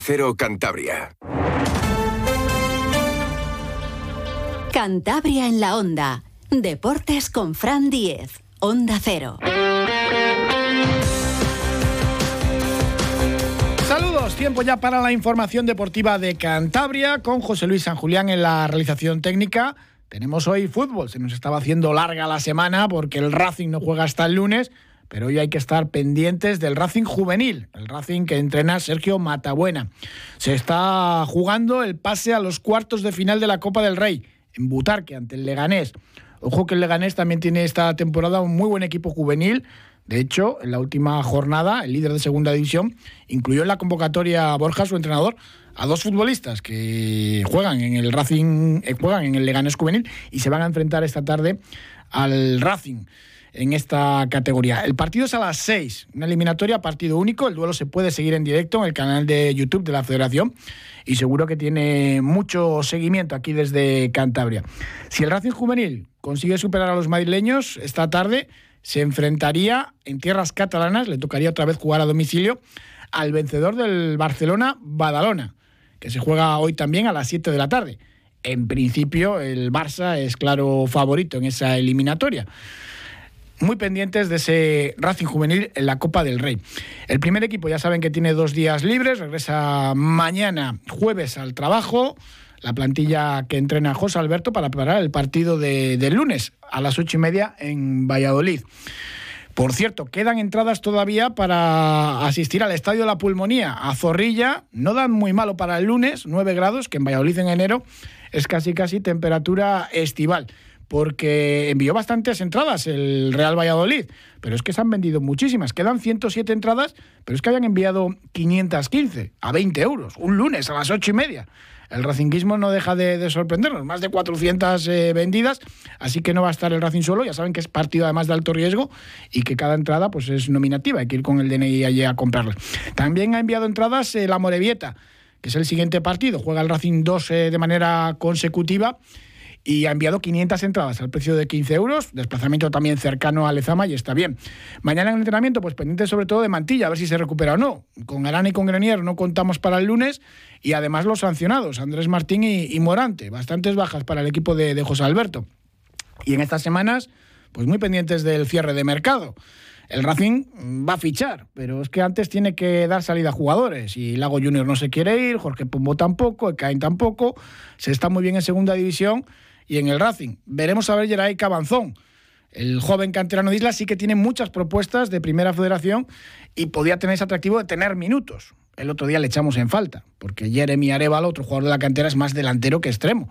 Cero Cantabria. Cantabria en la Onda. Deportes con Fran Diez. Onda Cero. Saludos, tiempo ya para la información deportiva de Cantabria con José Luis San Julián en la realización técnica. Tenemos hoy fútbol, se nos estaba haciendo larga la semana porque el Racing no juega hasta el lunes, pero hoy hay que estar pendientes del Racing juvenil, el Racing que entrena Sergio Matabuena. Se está jugando el pase a los cuartos de final de la Copa del Rey, en Butarque, ante el Leganés. Ojo que el Leganés también tiene esta temporada un muy buen equipo juvenil. De hecho, en la última jornada, el líder de segunda división incluyó en la convocatoria a Borja, su entrenador, a dos futbolistas que juegan en el Racing, juegan en el Leganés juvenil y se van a enfrentar esta tarde al Racing en esta categoría. El partido es a las 6, una eliminatoria partido único. El duelo se puede seguir en directo en el canal de YouTube de la Federación y seguro que tiene mucho seguimiento aquí desde Cantabria. Si el Racing juvenil consigue superar a los madrileños esta tarde, se enfrentaría en tierras catalanas, le tocaría otra vez jugar a domicilio al vencedor del Barcelona-Badalona, que se juega hoy también a las 7 de la tarde. En principio, el Barça es claro favorito en esa eliminatoria. Muy pendientes de ese Racing juvenil en la Copa del Rey. El primer equipo ya saben que tiene 2 días libres, regresa mañana jueves al trabajo. La plantilla que entrena José Alberto para preparar el partido del lunes a las 8:30 en Valladolid. Por cierto, quedan entradas todavía para asistir al Estadio de la Pulmonía, a Zorrilla. No dan muy malo para el lunes, 9 grados, que en Valladolid en enero es casi temperatura estival, porque envió bastantes entradas el Real Valladolid, pero es que se han vendido muchísimas. Quedan 107 entradas, pero es que habían enviado 515 a 20 euros, un lunes a las 8:30. El racinguismo no deja de sorprendernos, más de 400 vendidas, así que no va a estar el Racing solo. Ya saben que es partido además de alto riesgo y que cada entrada pues es nominativa, hay que ir con el DNI allí a comprarlas. También ha enviado entradas la Amorebieta, que es el siguiente partido, juega el Racing 2 de manera consecutiva, y ha enviado 500 entradas al precio de 15 euros, desplazamiento también cercano a Lezama y está bien. Mañana en el entrenamiento, pues pendiente sobre todo de Mantilla, a ver si se recupera o no. Con Arana y con Grenier no contamos para el lunes, y además los sancionados, Andrés Martín y Morante, bastantes bajas para el equipo de José Alberto. Y en estas semanas, pues muy pendientes del cierre de mercado. El Racing va a fichar, pero es que antes tiene que dar salida a jugadores, y Lago Junior no se quiere ir, Jorge Pombo tampoco, Ekain tampoco, se está muy bien en segunda división. Y en el Racing veremos a ver Geray Cabanzón. El joven canterano de Isla sí que tiene muchas propuestas de Primera Federación y podía tener ese atractivo de tener minutos. El otro día le echamos en falta, porque Jeremy Arévalo, otro jugador de la cantera, es más delantero que extremo.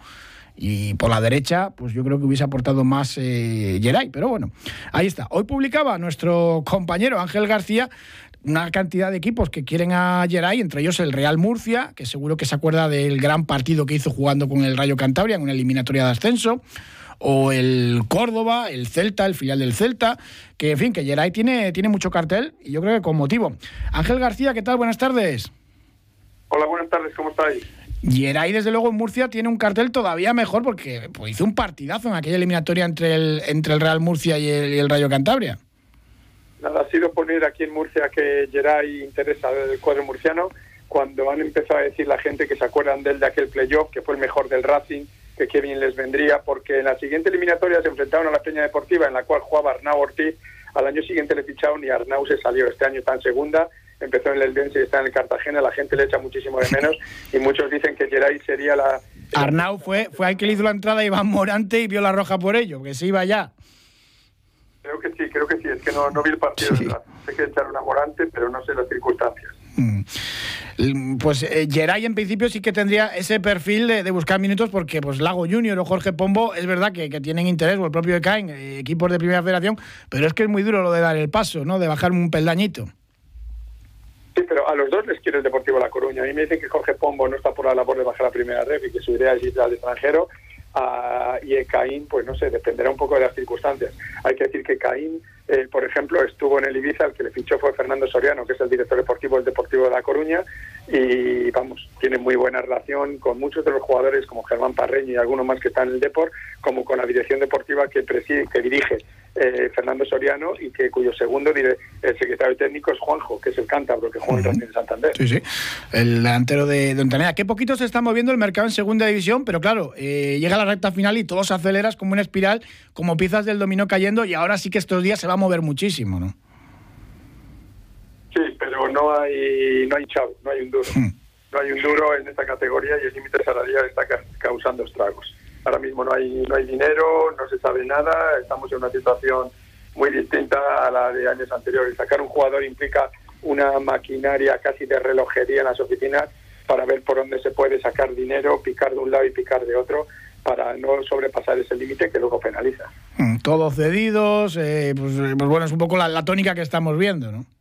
Y por la derecha, pues yo creo que hubiese aportado más Geray, pero bueno, ahí está. Hoy publicaba nuestro compañero Ángel García una cantidad de equipos que quieren a Geray, entre ellos el Real Murcia, que seguro que se acuerda del gran partido que hizo jugando con el Rayo Cantabria en una eliminatoria de ascenso, o el Córdoba, el Celta, el filial del Celta, que en fin, que Geray tiene mucho cartel y yo creo que con motivo. Ángel García, ¿qué tal? Buenas tardes. Hola, buenas tardes, ¿cómo estáis? Geray, desde luego, en Murcia tiene un cartel todavía mejor porque pues, hizo un partidazo en aquella eliminatoria entre el Real Murcia y el Rayo Cantabria. Nada, ha sido poner aquí en Murcia que Geray interesa del cuadro murciano, cuando han empezado a decir la gente que se acuerdan de aquel playoff, que fue el mejor del Racing, que qué bien les vendría, porque en la siguiente eliminatoria se enfrentaron a la Peña Deportiva, en la cual jugaba Arnau Ortiz. Al año siguiente le ficharon y Arnau se salió. Este año está en segunda, empezó en el Eldense y está en el Cartagena. La gente le echa muchísimo de menos y muchos dicen que Geray sería la... Arnau fue al que le hizo la entrada a Iván Morante y vio la roja por ello, que se iba ya. Creo que sí, es que no vi el partido. Sí. Sé que echaron a Morante, pero no sé las circunstancias. Pues Geray en principio sí que tendría ese perfil de buscar minutos, porque pues Lago Junior o Jorge Pombo es verdad que tienen interés, o el propio Ekain, equipos de Primera Federación, pero es que es muy duro lo de dar el paso, ¿no? De bajar un peldañito. Sí, pero a los dos les quiere el Deportivo La Coruña. A mí me dicen que Jorge Pombo no está por la labor de bajar a Primera Ref y que su idea es ir al extranjero. Y Ekain, pues no sé, dependerá un poco de las circunstancias. Hay que decir que Ekain, por ejemplo, estuvo en el Ibiza, el que le fichó fue Fernando Soriano, que es el director deportivo del Deportivo de La Coruña, y vamos, tiene muy buena relación con muchos de los jugadores, como Germán Parreño y algunos más que están en el Depor, como con la dirección deportiva que dirige Fernando Soriano, y cuyo segundo el secretario técnico es Juanjo, que es el cántabro que juega en Racing de Santander. Sí, el delantero de Ontaneda. Qué poquito se está moviendo el mercado en segunda división, pero claro, llega la recta final y todo se acelera, es como una espiral, como piezas del dominó cayendo, y ahora sí que estos días se va a mover muchísimo, ¿no? Sí, pero no hay chavo, no hay un duro. No hay un duro en esta categoría y el límite salarial está causando estragos. Ahora mismo no hay dinero, no se sabe nada, estamos en una situación muy distinta a la de años anteriores. Sacar un jugador implica una maquinaria casi de relojería en las oficinas para ver por dónde se puede sacar dinero, picar de un lado y picar de otro, para no sobrepasar ese límite que luego penaliza. Todos cedidos, pues bueno, es un poco la tónica que estamos viendo, ¿no?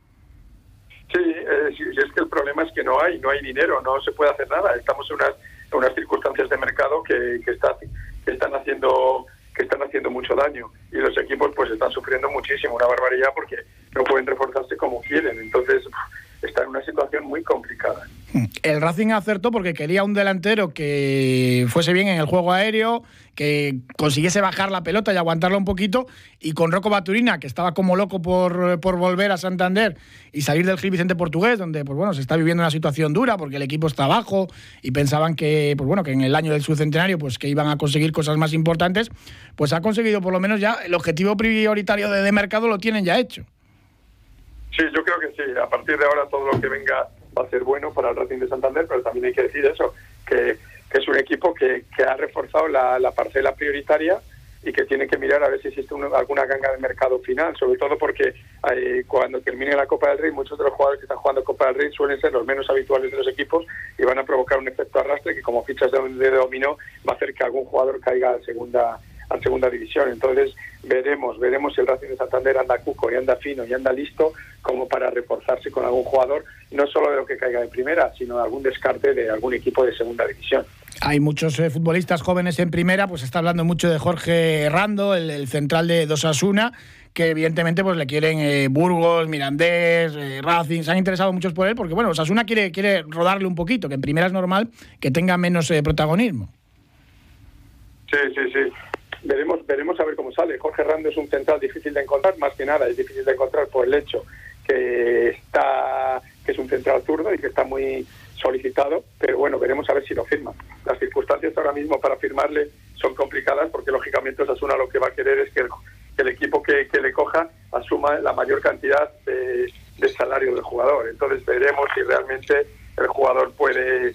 Sí, es que el problema es que no hay dinero, no se puede hacer nada. Estamos en unas circunstancias de mercado que están haciendo mucho daño, y los equipos pues están sufriendo muchísimo, una barbaridad, porque no pueden reforzarse como quieren. Entonces está en una situación muy complicada. El Racing acertó porque quería un delantero que fuese bien en el juego aéreo, que consiguiese bajar la pelota y aguantarla un poquito, y con Rocco Baturina, que estaba como loco por volver a Santander y salir del Gil Vicente Portugués, donde pues bueno, se está viviendo una situación dura porque el equipo está abajo y pensaban que pues bueno, que en el año del subcentenario pues que iban a conseguir cosas más importantes, pues ha conseguido por lo menos ya el objetivo prioritario de mercado, lo tienen ya hecho. Sí, yo creo que sí. A partir de ahora todo lo que venga va a ser bueno para el Racing de Santander, pero también hay que decir eso, que es un equipo que ha reforzado la parcela prioritaria y que tiene que mirar a ver si existe alguna ganga de mercado final, sobre todo porque cuando termine la Copa del Rey, muchos de los jugadores que están jugando Copa del Rey suelen ser los menos habituales de los equipos y van a provocar un efecto arrastre que, como fichas de dominó, va a hacer que algún jugador caiga a segunda división. Entonces veremos si el Racing de Santander anda cuco y anda fino y anda listo como para reforzarse con algún jugador, no solo de lo que caiga de primera, sino de algún descarte de algún equipo de segunda división. Hay muchos futbolistas jóvenes en primera, pues se está hablando mucho de Jorge Rando, el central de Osasuna, que evidentemente pues le quieren Burgos, Mirandés, Racing, se han interesado muchos por él, porque bueno, Osasuna quiere rodarle un poquito, que en primera es normal que tenga menos protagonismo. Sí. Veremos a ver cómo sale. Jorge Rando es un central difícil de encontrar, más que nada es difícil de encontrar por el hecho que es un central zurdo y que está muy solicitado, pero bueno, veremos a ver si lo firma. Las circunstancias ahora mismo para firmarle son complicadas porque lógicamente Osasuna lo que va a querer es que el equipo que le coja asuma la mayor cantidad de salario del jugador. Entonces veremos si realmente el jugador puede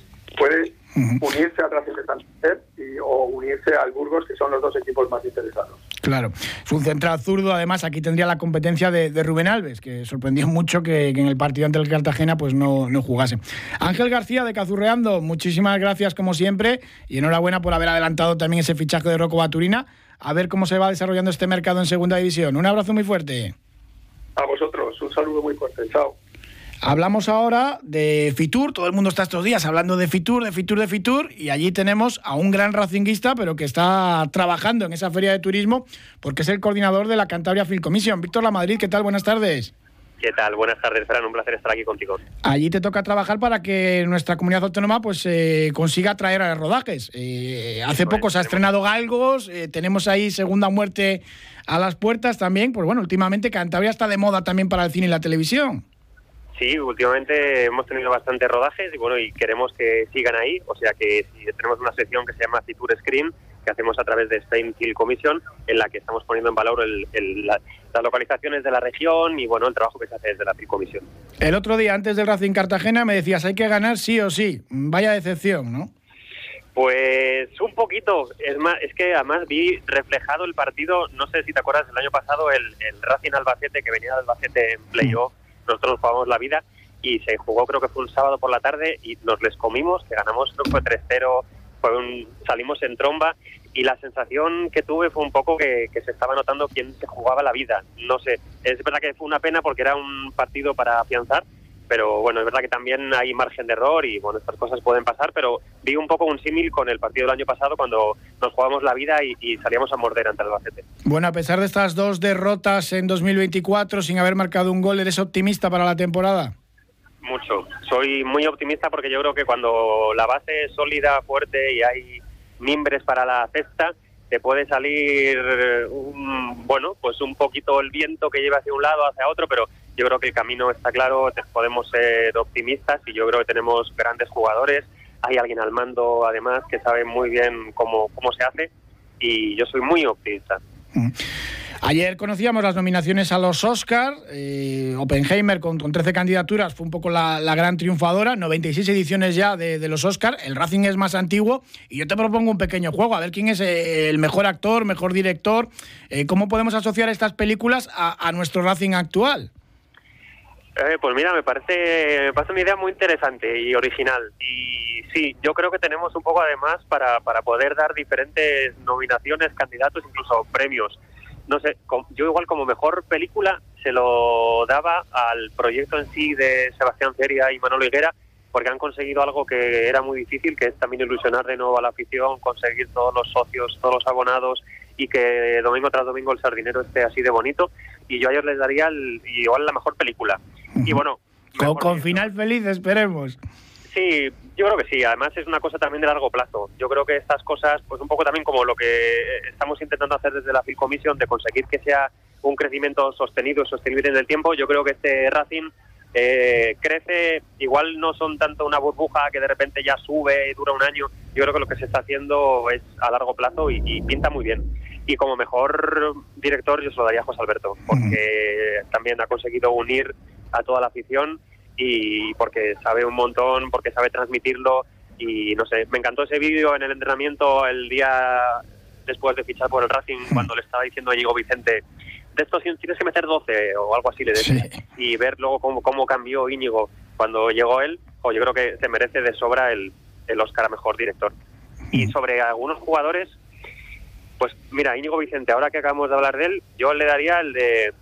unirse al Racing de Santander o unirse al Burgos, que son los dos equipos más interesados. Claro, es un central zurdo, además aquí tendría la competencia de Rubén Alves, que sorprendió mucho que en el partido ante el Cartagena pues no jugase. Ángel García de Cazurreando, muchísimas gracias como siempre y enhorabuena por haber adelantado también ese fichaje de Rocco Baturina. A ver cómo se va desarrollando este mercado en segunda división. Un abrazo muy fuerte. A vosotros, un saludo muy fuerte. Chao. Hablamos ahora de Fitur, todo el mundo está estos días hablando de Fitur, y allí tenemos a un gran racinguista, pero que está trabajando en esa feria de turismo, porque es el coordinador de la Cantabria Film Commission. Víctor Lamadrid, ¿qué tal? Buenas tardes. ¿Qué tal? Buenas tardes, Fran, un placer estar aquí contigo. Allí te toca trabajar para que nuestra comunidad autónoma pues consiga traer a rodajes. Hace poco se ha estrenado Galgos, tenemos ahí Segunda Muerte a las puertas también, pues bueno, últimamente Cantabria está de moda también para el cine y la televisión. Sí, últimamente hemos tenido bastantes rodajes y bueno, y queremos que sigan ahí, o sea que tenemos una sección que se llama Fitur Screen, que hacemos a través de Spain Film Commission, en la que estamos poniendo en valor las localizaciones de la región y bueno, el trabajo que se hace desde la Film Commission. El otro día, antes del Racing Cartagena, me decías, hay que ganar sí o sí. Vaya decepción, ¿no? Pues un poquito, es que además vi reflejado el partido, no sé si te acuerdas, el año pasado el Racing Albacete, que venía de Albacete en playoff. Nosotros nos jugamos la vida y se jugó, creo que fue un sábado por la tarde y nos les comimos, que ganamos, creo que fue 3-0, salimos en tromba y la sensación que tuve fue un poco que se estaba notando quién se jugaba la vida. No sé, es verdad que fue una pena porque era un partido para afianzar, pero bueno, es verdad que también hay margen de error y bueno, estas cosas pueden pasar, pero vi un poco un símil con el partido del año pasado cuando nos jugamos la vida y salíamos a morder ante el Albacete. Bueno, a pesar de estas dos derrotas en 2024 sin haber marcado un gol, ¿eres optimista para la temporada? Mucho, soy muy optimista porque yo creo que cuando la base es sólida, fuerte y hay mimbres para la cesta, te puede salir pues un poquito el viento que lleva hacia un lado, hacia otro, pero yo creo que el camino está claro, podemos ser optimistas y yo creo que tenemos grandes jugadores, hay alguien al mando además que sabe muy bien cómo se hace y yo soy muy optimista. Ayer conocíamos las nominaciones a los Oscar. Oppenheimer con 13 candidaturas fue un poco la gran triunfadora. 96 ediciones ya de los Oscar. El Racing es más antiguo y yo te propongo un pequeño juego, a ver quién es el mejor actor, mejor director. ¿Cómo podemos asociar estas películas a nuestro Racing actual? Pues mira, me parece una idea muy interesante y original. Y sí, yo creo que tenemos un poco además para poder dar diferentes nominaciones, candidatos, incluso premios. No sé, yo igual como mejor película se lo daba al proyecto en sí de Sebastián Ceria y Manolo Higuera, porque han conseguido algo que era muy difícil, que es también ilusionar de nuevo a la afición, conseguir todos los socios, todos los abonados y que domingo tras domingo el Sardinero esté así de bonito. Y yo a ellos les daría igual la mejor película. Y bueno, con final feliz, esperemos. Sí, yo creo que sí. Además es una cosa también de largo plazo. Yo creo que estas cosas, pues un poco también como lo que estamos intentando hacer desde la Film Commission, de conseguir que sea un crecimiento sostenido y sostenible en el tiempo. Yo creo que este Racing crece, igual no son tanto una burbuja que de repente ya sube y dura un año. Yo creo que lo que se está haciendo es a largo plazo y pinta muy bien. Y como mejor director yo se lo daría a José Alberto, porque también ha conseguido unir a toda la afición y porque sabe un montón, porque sabe transmitirlo y no sé, me encantó ese vídeo en el entrenamiento el día después de fichar por el Racing cuando le estaba diciendo a Íñigo Vicente, de estos tienes que meter 12 o algo así le decía, y ver luego cómo cambió Íñigo cuando llegó él, yo creo que se merece de sobra el Oscar a mejor director. Y sobre algunos jugadores, pues mira, Íñigo Vicente, ahora que acabamos de hablar de él, yo le daría el de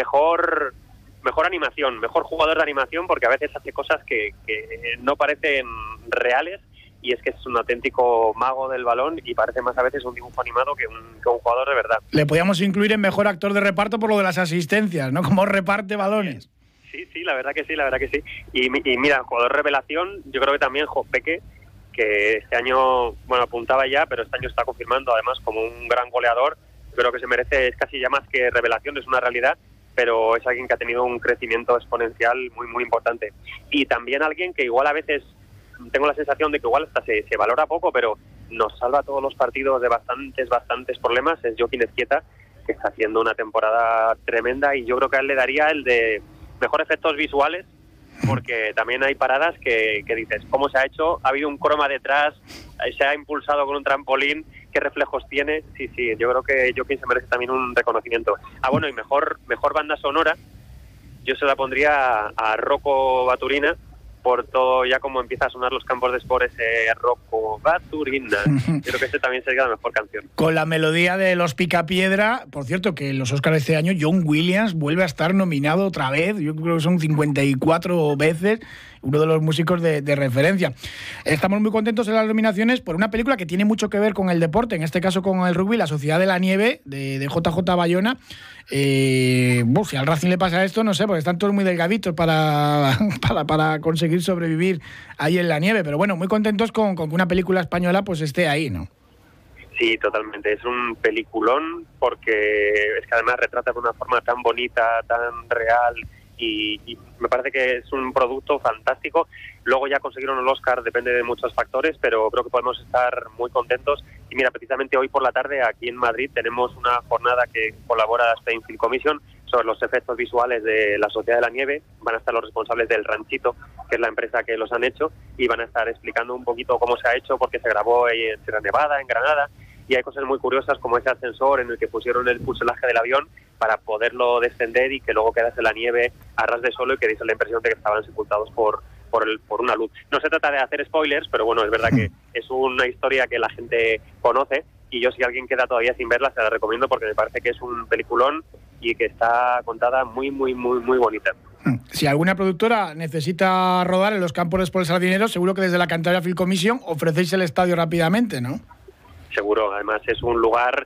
mejor animación, mejor jugador de animación, porque a veces hace cosas que no parecen reales y es que es un auténtico mago del balón y parece más a veces un dibujo animado que un jugador de verdad. Le podíamos incluir en mejor actor de reparto por lo de las asistencias, ¿no? Como reparte balones. Sí, la verdad que sí. Y mira, jugador revelación, yo creo que también Peque, que este año, apuntaba ya, pero este año está confirmando además como un gran goleador. Creo que se merece, es casi ya más que revelación, es una realidad, pero es alguien que ha tenido un crecimiento exponencial muy, muy importante. Y también alguien que igual a veces tengo la sensación de que igual hasta se valora poco, pero nos salva todos los partidos de bastantes problemas, es Joaquín Ezquieta, que está haciendo una temporada tremenda y yo creo que a él le daría el de mejor efectos visuales, porque también hay paradas que dices, ¿cómo se ha hecho? Ha habido un croma detrás, se ha impulsado con un trampolín, ¿qué reflejos tiene? Sí, yo creo que Joaquín se merece también un reconocimiento. Y mejor banda sonora, yo se la pondría a Rocco Baturina, por todo ya como empieza a sonar los campos de Sport ese Rocco Baturina. Yo creo que ese también sería la mejor canción. Con la melodía de Los Picapiedra, por cierto, que en los Oscars de este año John Williams vuelve a estar nominado otra vez, yo creo que son 54 veces, uno de los músicos de referencia. Estamos muy contentos en las nominaciones por una película que tiene mucho que ver con el deporte, en este caso con el rugby, La Sociedad de la Nieve, de JJ Bayona. Si al Racing le pasa esto, no sé, porque están todos muy delgaditos para conseguir sobrevivir ahí en la nieve, pero bueno, muy contentos con que una película española pues esté ahí, ¿no? Sí, totalmente, es un peliculón porque es que además retrata de una forma tan bonita, tan real y me parece que es un producto fantástico. Luego ya consiguieron el Oscar, depende de muchos factores, pero creo que podemos estar muy contentos. Y mira, precisamente hoy por la tarde aquí en Madrid tenemos una jornada que colabora Spain Film Commission sobre los efectos visuales de La Sociedad de la Nieve. Van a estar los responsables del Ranchito, que es la empresa que los han hecho, y van a estar explicando un poquito cómo se ha hecho, porque se grabó en Sierra Nevada, en Granada, y hay cosas muy curiosas como ese ascensor en el que pusieron el fuselaje del avión para poderlo descender y que luego quedase la nieve a ras de suelo y que diese la impresión de que estaban sepultados por una luz. No se trata de hacer spoilers, pero bueno, es verdad que es una historia que la gente conoce y yo si alguien queda todavía sin verla se la recomiendo porque me parece que es un peliculón y que está contada muy, muy, muy, muy bonita. Si alguna productora necesita rodar en los campos de Sport Sardinero, seguro que desde la Cantabria Film Commission ofrecéis el estadio rápidamente, ¿no? Seguro, además es un lugar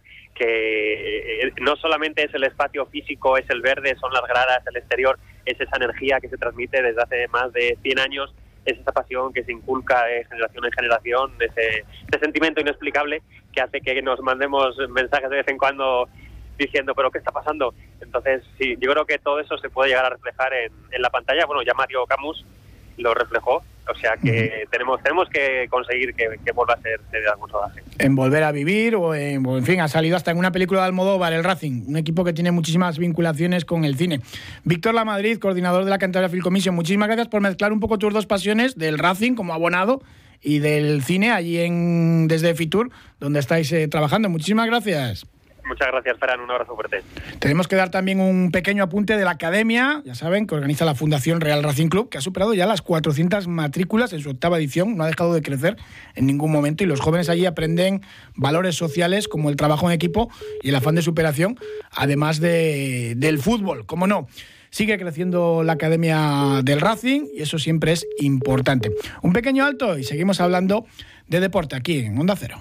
que no solamente es el espacio físico, es el verde, son las gradas, el exterior, es esa energía que se transmite desde hace más de 100 años es esa pasión que se inculca de generación en generación, ese sentimiento inexplicable que hace que nos mandemos mensajes de vez en cuando diciendo, ¿pero qué está pasando? Entonces, sí, yo creo que todo eso se puede llegar a reflejar en la pantalla. Bueno, ya Mario Camus lo reflejó, o sea que tenemos que conseguir que vuelva a ser de algún rodaje. En Volver a Vivir o en fin, ha salido hasta en una película de Almodóvar, el Racing, un equipo que tiene muchísimas vinculaciones con el cine. Víctor Lamadrid, coordinador de la Cantabria Film Commission, muchísimas gracias por mezclar un poco tus dos pasiones, del Racing como abonado y del cine allí desde Fitur, donde estáis trabajando. Muchísimas gracias. Muchas gracias, Ferran. Un abrazo fuerte. Tenemos que dar también un pequeño apunte de la academia, ya saben, que organiza la Fundación Real Racing Club, que ha superado ya las 400 matrículas en su 8ª edición, no ha dejado de crecer en ningún momento, y los jóvenes allí aprenden valores sociales como el trabajo en equipo y el afán de superación, además del fútbol, cómo no. Sigue creciendo la academia del Racing y eso siempre es importante. Un pequeño alto y seguimos hablando de deporte aquí en Onda Cero.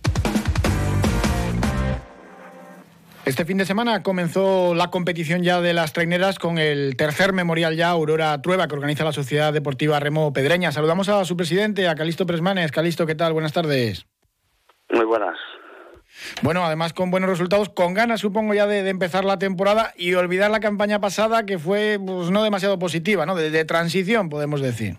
Este fin de semana comenzó la competición ya de las traineras con el tercer memorial ya Aurora Trueba que organiza la Sociedad Deportiva Remo Pedreña. Saludamos a su presidente, a Calixto Presmanes. Calixto, ¿qué tal? Buenas tardes. Muy buenas. Bueno, además con buenos resultados, con ganas supongo ya de empezar la temporada y olvidar la campaña pasada que fue pues, no demasiado positiva, ¿no? De transición, podemos decir.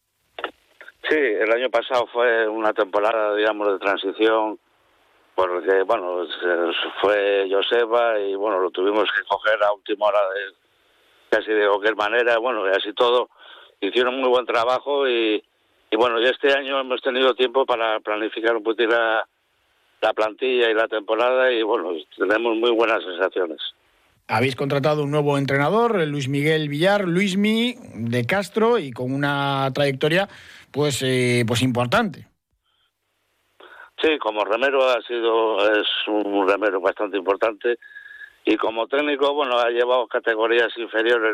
Sí, el año pasado fue una temporada, digamos, de transición, porque, bueno, fue Joseba y, bueno, lo tuvimos que coger a última hora casi de cualquier manera, bueno, y así todo. Hicieron muy buen trabajo y bueno, ya este año hemos tenido tiempo para planificar un poquito la plantilla y la temporada y, bueno, tenemos muy buenas sensaciones. Habéis contratado un nuevo entrenador, Luis Miguel Villar, Luismi, de Castro, y con una trayectoria pues importante. Sí, como remero es un remero bastante importante y como técnico, bueno, ha llevado categorías inferiores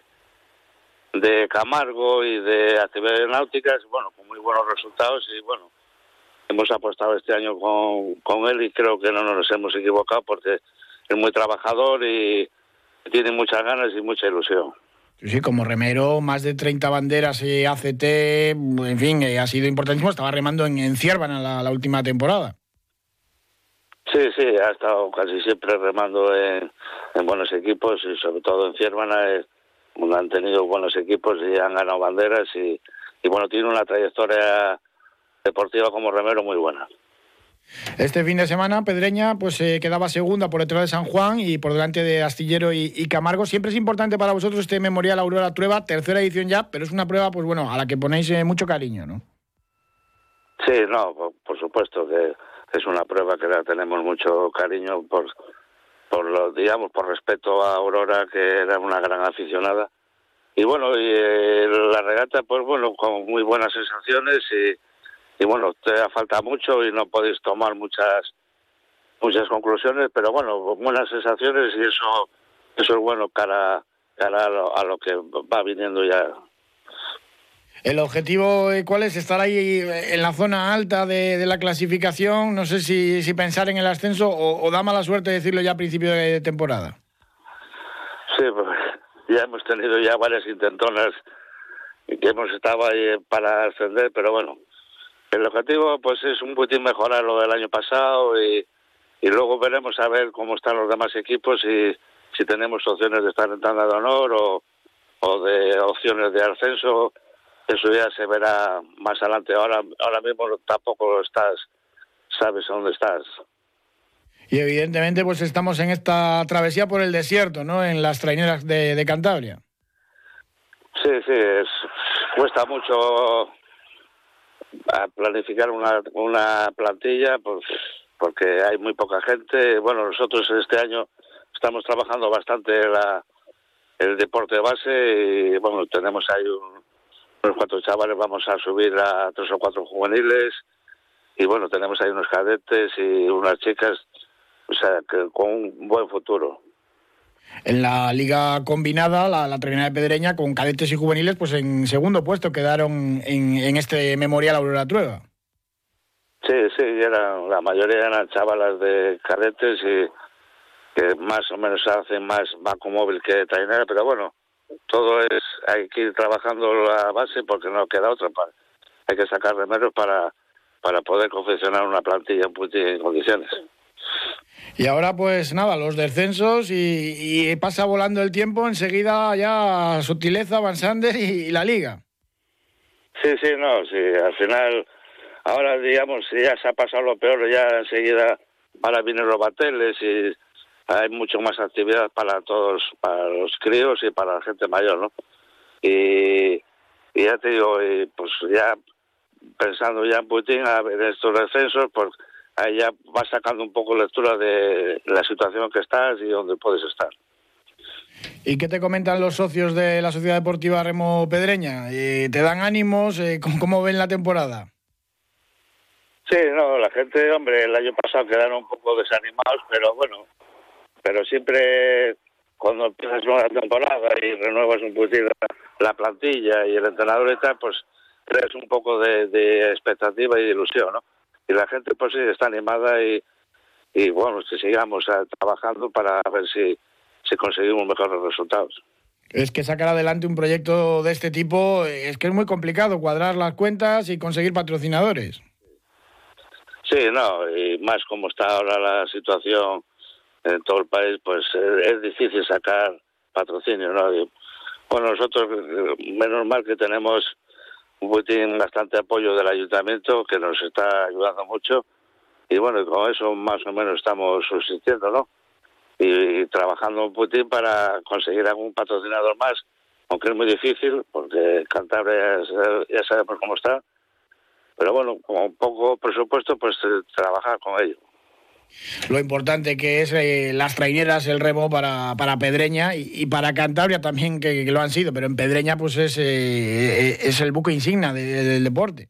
de Camargo y de actividades náuticas, bueno, con muy buenos resultados y, bueno, hemos apostado este año con él y creo que no nos hemos equivocado porque es muy trabajador y tiene muchas ganas y mucha ilusión. Sí, como remero, más de 30 banderas ACT, en fin, ha sido importantísimo. Estaba remando en Ciervana la última temporada. Sí, ha estado casi siempre remando en buenos equipos y sobre todo en Ciervana han tenido buenos equipos y han ganado banderas y bueno, tiene una trayectoria deportiva como remero muy buena. Este fin de semana Pedreña pues quedaba segunda por detrás de San Juan y por delante de Astillero y Camargo. Siempre es importante para vosotros este memorial Aurora Trueba, tercera edición ya, pero es una prueba pues bueno a la que ponéis mucho cariño, ¿no? Sí, no, por supuesto que es una prueba que la tenemos mucho cariño por respeto a Aurora, que era una gran aficionada. Y bueno, la regata pues bueno, con muy buenas sensaciones y bueno, te falta mucho y no podéis tomar muchas conclusiones, pero bueno, buenas sensaciones y eso es bueno cara a lo que va viniendo ya. ¿El objetivo cuál es? ¿Estar ahí en la zona alta de la clasificación? No sé si pensar en el ascenso o da mala suerte decirlo ya a principio de temporada. Sí, pues ya hemos tenido ya varias intentonas y que hemos estado ahí para ascender, pero bueno, el objetivo pues es un poquitín mejorar lo del año pasado y luego veremos a ver cómo están los demás equipos y si tenemos opciones de estar en tanda de honor o de opciones de ascenso. Eso ya se verá más adelante. Ahora mismo tampoco sabes dónde estás. Y evidentemente pues estamos en esta travesía por el desierto, ¿no? En las traineras de Cantabria. Sí, cuesta mucho planificar una plantilla pues porque hay muy poca gente. Bueno, nosotros este año estamos trabajando bastante el deporte de base y bueno, tenemos ahí unos 4 chavales, vamos a subir a 3 o 4 juveniles y bueno, tenemos ahí unos cadetes y unas chicas, o sea, que con un buen futuro. En la liga combinada, la Trainera de Pedreña, con cadetes y juveniles, pues en segundo puesto quedaron en este memorial Aurora Trueba. Sí, la mayoría eran chavalas de cadetes y que más o menos hacen más banco móvil que trainera, pero bueno, todo es hay que ir trabajando la base porque no queda otra. Hay que sacar remedios para poder confeccionar una plantilla en condiciones. Y ahora pues nada, los descensos y pasa volando el tiempo, enseguida ya Sutileza, Van Sander y la Liga. Sí, al final, ahora digamos, ya se ha pasado lo peor, ya enseguida ahora vienen los bateles y hay mucho más actividad para todos, para los críos y para la gente mayor, ¿no? Y ya te digo, pues ya pensando ya en Putin, a ver estos descensos, pues ahí ya vas sacando un poco lectura de la situación que estás y dónde puedes estar. ¿Y qué te comentan los socios de la Sociedad Deportiva Remo Pedreña? ¿Te dan ánimos? ¿Cómo ven la temporada? Sí, no, la gente, hombre, el año pasado quedaron un poco desanimados, pero bueno, pero siempre cuando empiezas una temporada y renuevas un poquito la plantilla y el entrenador y tal, pues creas un poco de expectativa y de ilusión, ¿no? Y la gente pues sí está animada y bueno, que sigamos trabajando para ver si conseguimos mejores resultados. Es que sacar adelante un proyecto de este tipo es que es muy complicado, cuadrar las cuentas y conseguir patrocinadores. Sí, no, y más como está ahora la situación en todo el país, pues es difícil sacar patrocinio, ¿no? Y, bueno, nosotros, menos mal que tenemos bastante apoyo del ayuntamiento, que nos está ayudando mucho, y bueno, con eso más o menos estamos subsistiendo, ¿no? Y trabajando un poquitín para conseguir algún patrocinador más, aunque es muy difícil, porque Cantabria ya sabemos cómo está, pero bueno, con poco presupuesto, pues trabajar con ello. Lo importante que es las traineras, el remo para Pedreña y para Cantabria también, que lo han sido, pero en Pedreña pues es el buque insignia del deporte.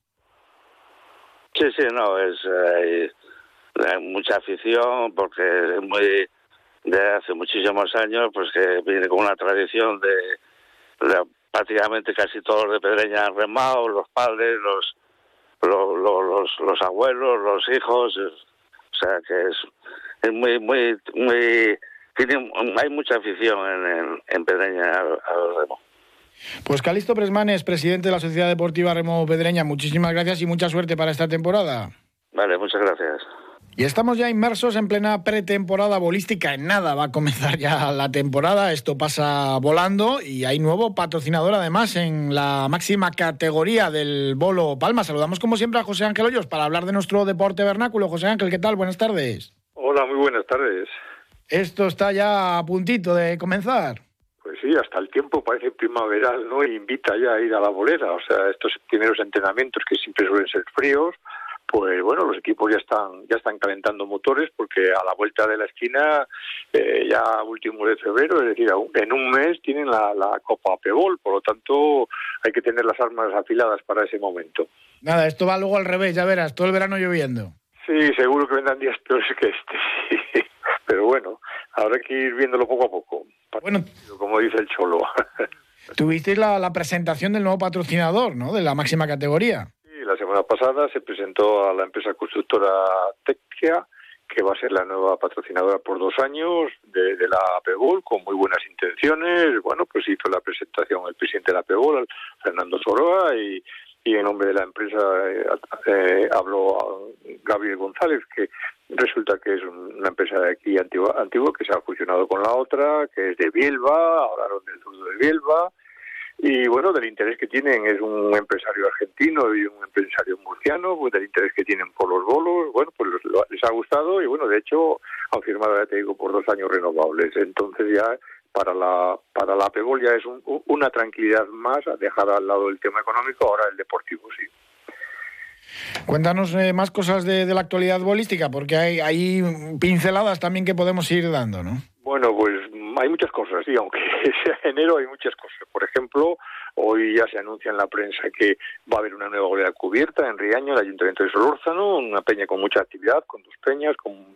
Sí, no, hay mucha afición, porque es muy de hace muchísimos años, pues que viene con una tradición de prácticamente casi todos de Pedreña han remado, los padres, los abuelos, los hijos, o sea que es muy hay mucha afición en Pedreña al remo. Pues Calixto Presmanes, presidente de la Sociedad Deportiva Remo Pedreña, muchísimas gracias y mucha suerte para esta temporada. Vale, muchas gracias. Y estamos ya inmersos en plena pretemporada bolística. En nada va a comenzar ya la temporada. Esto pasa volando y hay nuevo patrocinador además en la máxima categoría del bolo palma. Saludamos como siempre a José Ángel Hoyos para hablar de nuestro deporte vernáculo. José Ángel, ¿qué tal? Buenas tardes. Hola, muy buenas tardes. Esto está ya a puntito de comenzar. Pues sí, hasta el tiempo parece primaveral, ¿no? E invita ya a ir a la bolera. O sea, estos primeros entrenamientos que siempre suelen ser fríos, pues bueno, los equipos ya están calentando motores porque a la vuelta de la esquina, ya último de febrero, es decir, en un mes tienen la Copa APEBOL, por lo tanto hay que tener las armas afiladas para ese momento. Nada, esto va luego al revés, ya verás, todo el verano lloviendo. Sí, seguro que vendrán días peores que este, sí. Pero bueno, habrá que ir viéndolo poco a poco. Bueno, como dice el Cholo. Tuvisteis la presentación del nuevo patrocinador, ¿no? De la máxima categoría. Sí, la semana pasada se presentó a la empresa constructora Teccia, que va a ser la nueva patrocinadora por 2 años de la APEBOL, con muy buenas intenciones. Bueno, pues hizo la presentación el presidente de la APEBOL, Fernando Soroa, y en nombre de la empresa habló Gabriel González, que resulta que es una empresa de aquí antigua que se ha fusionado con la otra, que es de Bielva, hablaron del zurdo de Bielva, y bueno, del interés que tienen, es un empresario argentino y un empresario murciano, pues del interés que tienen por los bolos, bueno, pues les ha gustado y bueno, de hecho han firmado, ya te digo, por 2 años renovables, entonces ya para la APEBOL ya es una tranquilidad más, dejar al lado el tema económico, ahora el deportivo, sí. Cuéntanos más cosas de la actualidad bolística, porque hay pinceladas también que podemos ir dando, ¿no? Bueno, pues hay muchas cosas, sí, aunque sea enero hay muchas cosas. Por ejemplo, hoy ya se anuncia en la prensa que va a haber una nueva golea cubierta en Riaño, el Ayuntamiento de Solórzano, una peña con mucha actividad, con 2 peñas, con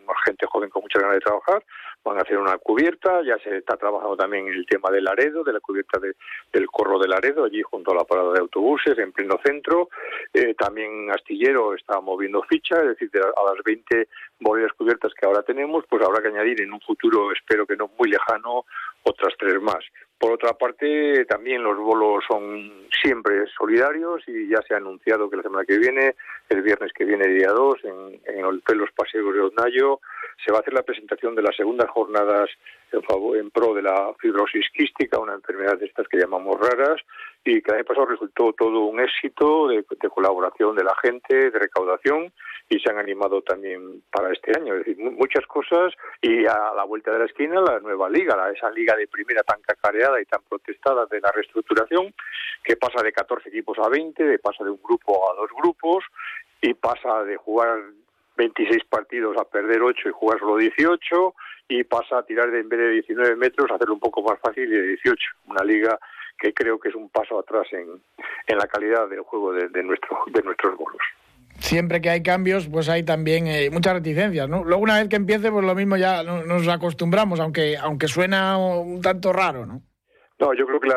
gente joven con muchas ganas de trabajar. Van a hacer una cubierta, ya se está trabajando también el tema de Laredo, de la cubierta del Corro de Laredo, allí junto a la parada de autobuses, en pleno centro. También Astillero está moviendo ficha, es decir, a las 20 boleas cubiertas que ahora tenemos, pues habrá que añadir en un futuro, espero que no muy lejano, otras 3 más. Por otra parte, también los bolos son siempre solidarios y ya se ha anunciado que la semana que viene, el viernes que viene, día 2, en los paseos de Oznayo, se va a hacer la presentación de las segundas jornadas en pro de la fibrosis quística, una enfermedad de estas que llamamos raras, y que el año pasado resultó todo un éxito de colaboración de la gente, de recaudación, y se han animado también para este año. Es decir, muchas cosas, y a la vuelta de la esquina la nueva liga, esa liga de primera tan cacareada y tan protestada de la reestructuración, que pasa de 14 equipos a 20, pasa de un grupo a 2 grupos, y pasa de jugar 26 partidos a perder 8 y jugar solo 18, y pasa a tirar en vez de 19 metros a hacerlo un poco más fácil de 18. Una liga que creo que es un paso atrás en la calidad del juego de nuestros bolos. Siempre que hay cambios, pues hay también muchas reticencias, ¿no? Luego, una vez que empiece, pues lo mismo ya nos acostumbramos, aunque suena un tanto raro, ¿no? No, yo creo que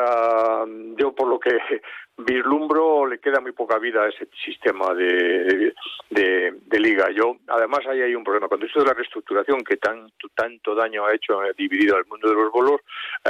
yo por lo que vislumbro le queda muy poca vida a ese sistema de liga. Además ahí hay un problema. Cuando esto de la reestructuración que tanto daño ha hecho, dividido al mundo de los bolos,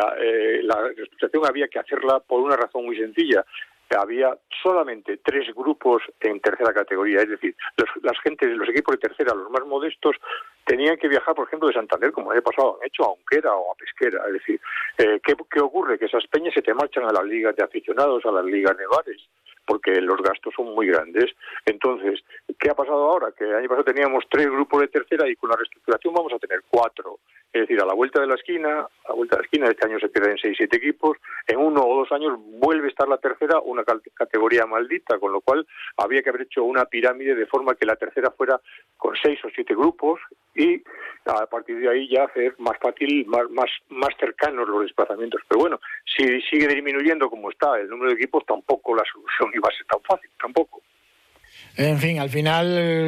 la reestructuración había que hacerla por una razón muy sencilla. Había solamente 3 grupos en tercera categoría, es decir, los equipos de tercera, los más modestos, tenían que viajar, por ejemplo, de Santander, como el año pasado han hecho, a Unquera o a Pesquera. Es decir, ¿qué ocurre? Que esas peñas se te marchan a las ligas de aficionados, a las ligas de bares, porque los gastos son muy grandes. Entonces, ¿qué ha pasado ahora? Que el año pasado teníamos 3 grupos de tercera y con la reestructuración vamos a tener 4. Es decir, a la vuelta de la esquina, este año se pierden 6-7 equipos, en 1 o 2 años vuelve a estar la tercera, una categoría maldita, con lo cual había que haber hecho una pirámide de forma que la tercera fuera con 6 o 7 grupos y a partir de ahí ya hacer más fácil, más cercanos los desplazamientos. Pero bueno, si sigue disminuyendo como está el número de equipos, tampoco la solución iba a ser tan fácil, tampoco. En fin, al final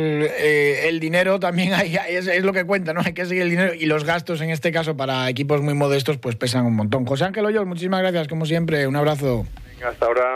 el dinero también es lo que cuenta, ¿no? Hay que seguir el dinero y los gastos, en este caso, para equipos muy modestos, pues pesan un montón. José Ángel Hoyos, muchísimas gracias, como siempre. Un abrazo. Venga, hasta ahora.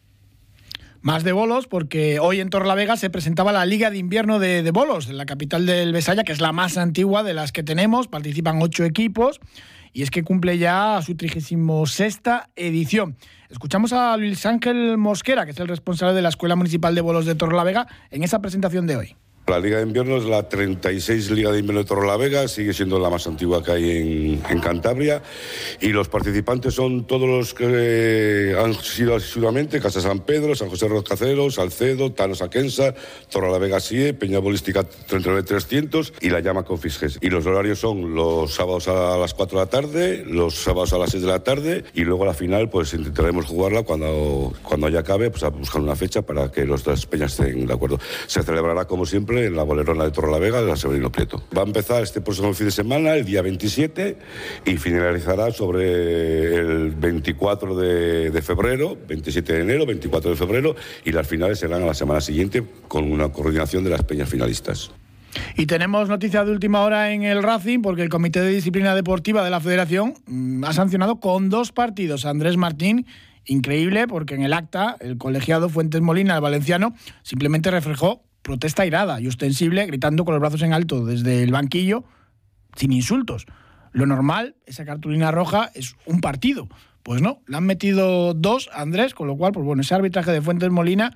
Más de bolos, porque hoy en Torrelavega se presentaba la Liga de Invierno de bolos, en la capital del Besaya, que es la más antigua de las que tenemos. Participan 8 equipos y es que cumple ya su 36ª edición. Escuchamos a Luis Ángel Mosquera, que es el responsable de la Escuela Municipal de Bolos de Torrelavega, en esa presentación de hoy. La Liga de Invierno es la 36 Liga de Invierno de Torrelavega, sigue siendo la más antigua que hay en Cantabria, y los participantes son todos los que han sido asiduamente: Casa San Pedro, San José Rocacero, Salcedo, Tano Saquensa, Torrelavega Sie, Peña Bolística 39300 y la Llama Confisques. Y los horarios son los sábados a las 4 de la tarde, los sábados a las 6 de la tarde, y luego la final pues intentaremos jugarla cuando ya acabe, pues a buscar una fecha para que los dos peñas estén de acuerdo. Se celebrará como siempre en la Bolerona de Torrelavega de la Severino Prieto. Va a empezar este próximo fin de semana, el día 27, y finalizará sobre el 24 de febrero, 27 de enero, 24 de febrero, y las finales serán a la semana siguiente con una coordinación de las peñas finalistas. Y tenemos noticia de última hora en el Racing, porque el Comité de Disciplina Deportiva de la Federación ha sancionado con 2 partidos a Andrés Martín. Increíble, porque en el acta el colegiado Fuentes Molina, el valenciano, simplemente reflejó protesta airada y ostensible, gritando con los brazos en alto desde el banquillo, sin insultos. Lo normal, esa cartulina roja, es un partido. Pues no, le han metido 2 a Andrés, con lo cual, pues bueno, ese arbitraje de Fuentes Molina,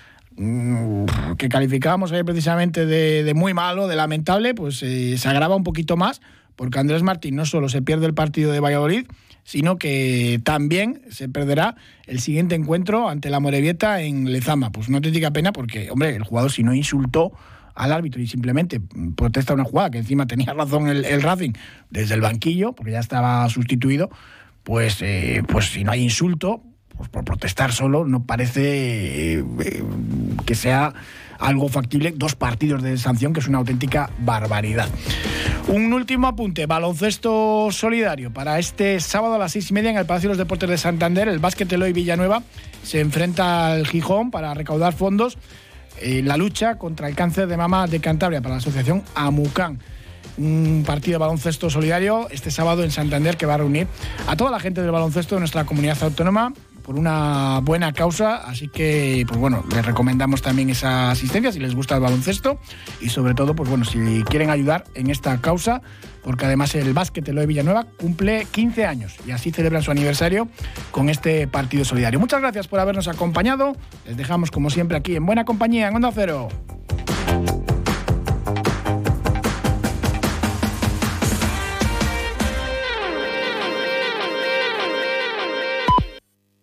que calificábamos ayer precisamente de muy malo, de lamentable, pues se agrava un poquito más, porque Andrés Martín no solo se pierde el partido de Valladolid, sino que también se perderá el siguiente encuentro ante la Morevieta en Lezama. Pues una auténtica pena, porque, hombre, el jugador, si no insultó al árbitro y simplemente protesta una jugada, que encima tenía razón el Racing desde el banquillo, porque ya estaba sustituido, pues si no hay insulto, pues por protestar solo no parece que sea algo factible. 2 partidos de sanción, que es una auténtica barbaridad. Un último apunte: baloncesto solidario. Para este sábado a las 6:30 en el Palacio de los Deportes de Santander, el Básquet Eloy Villanueva se enfrenta al Gijón para recaudar fondos en la lucha contra el cáncer de mama de Cantabria, para la asociación AMUCAN. un partido de baloncesto solidario este sábado en Santander que va a reunir a toda la gente del baloncesto de nuestra comunidad autónoma por una buena causa, así que pues bueno, les recomendamos también esa asistencia si les gusta el baloncesto y sobre todo pues bueno, si quieren ayudar en esta causa, porque además el Básquet Eloy Villanueva cumple 15 años y así celebran su aniversario con este partido solidario. Muchas gracias por habernos acompañado, les dejamos como siempre aquí en buena compañía en Onda Cero.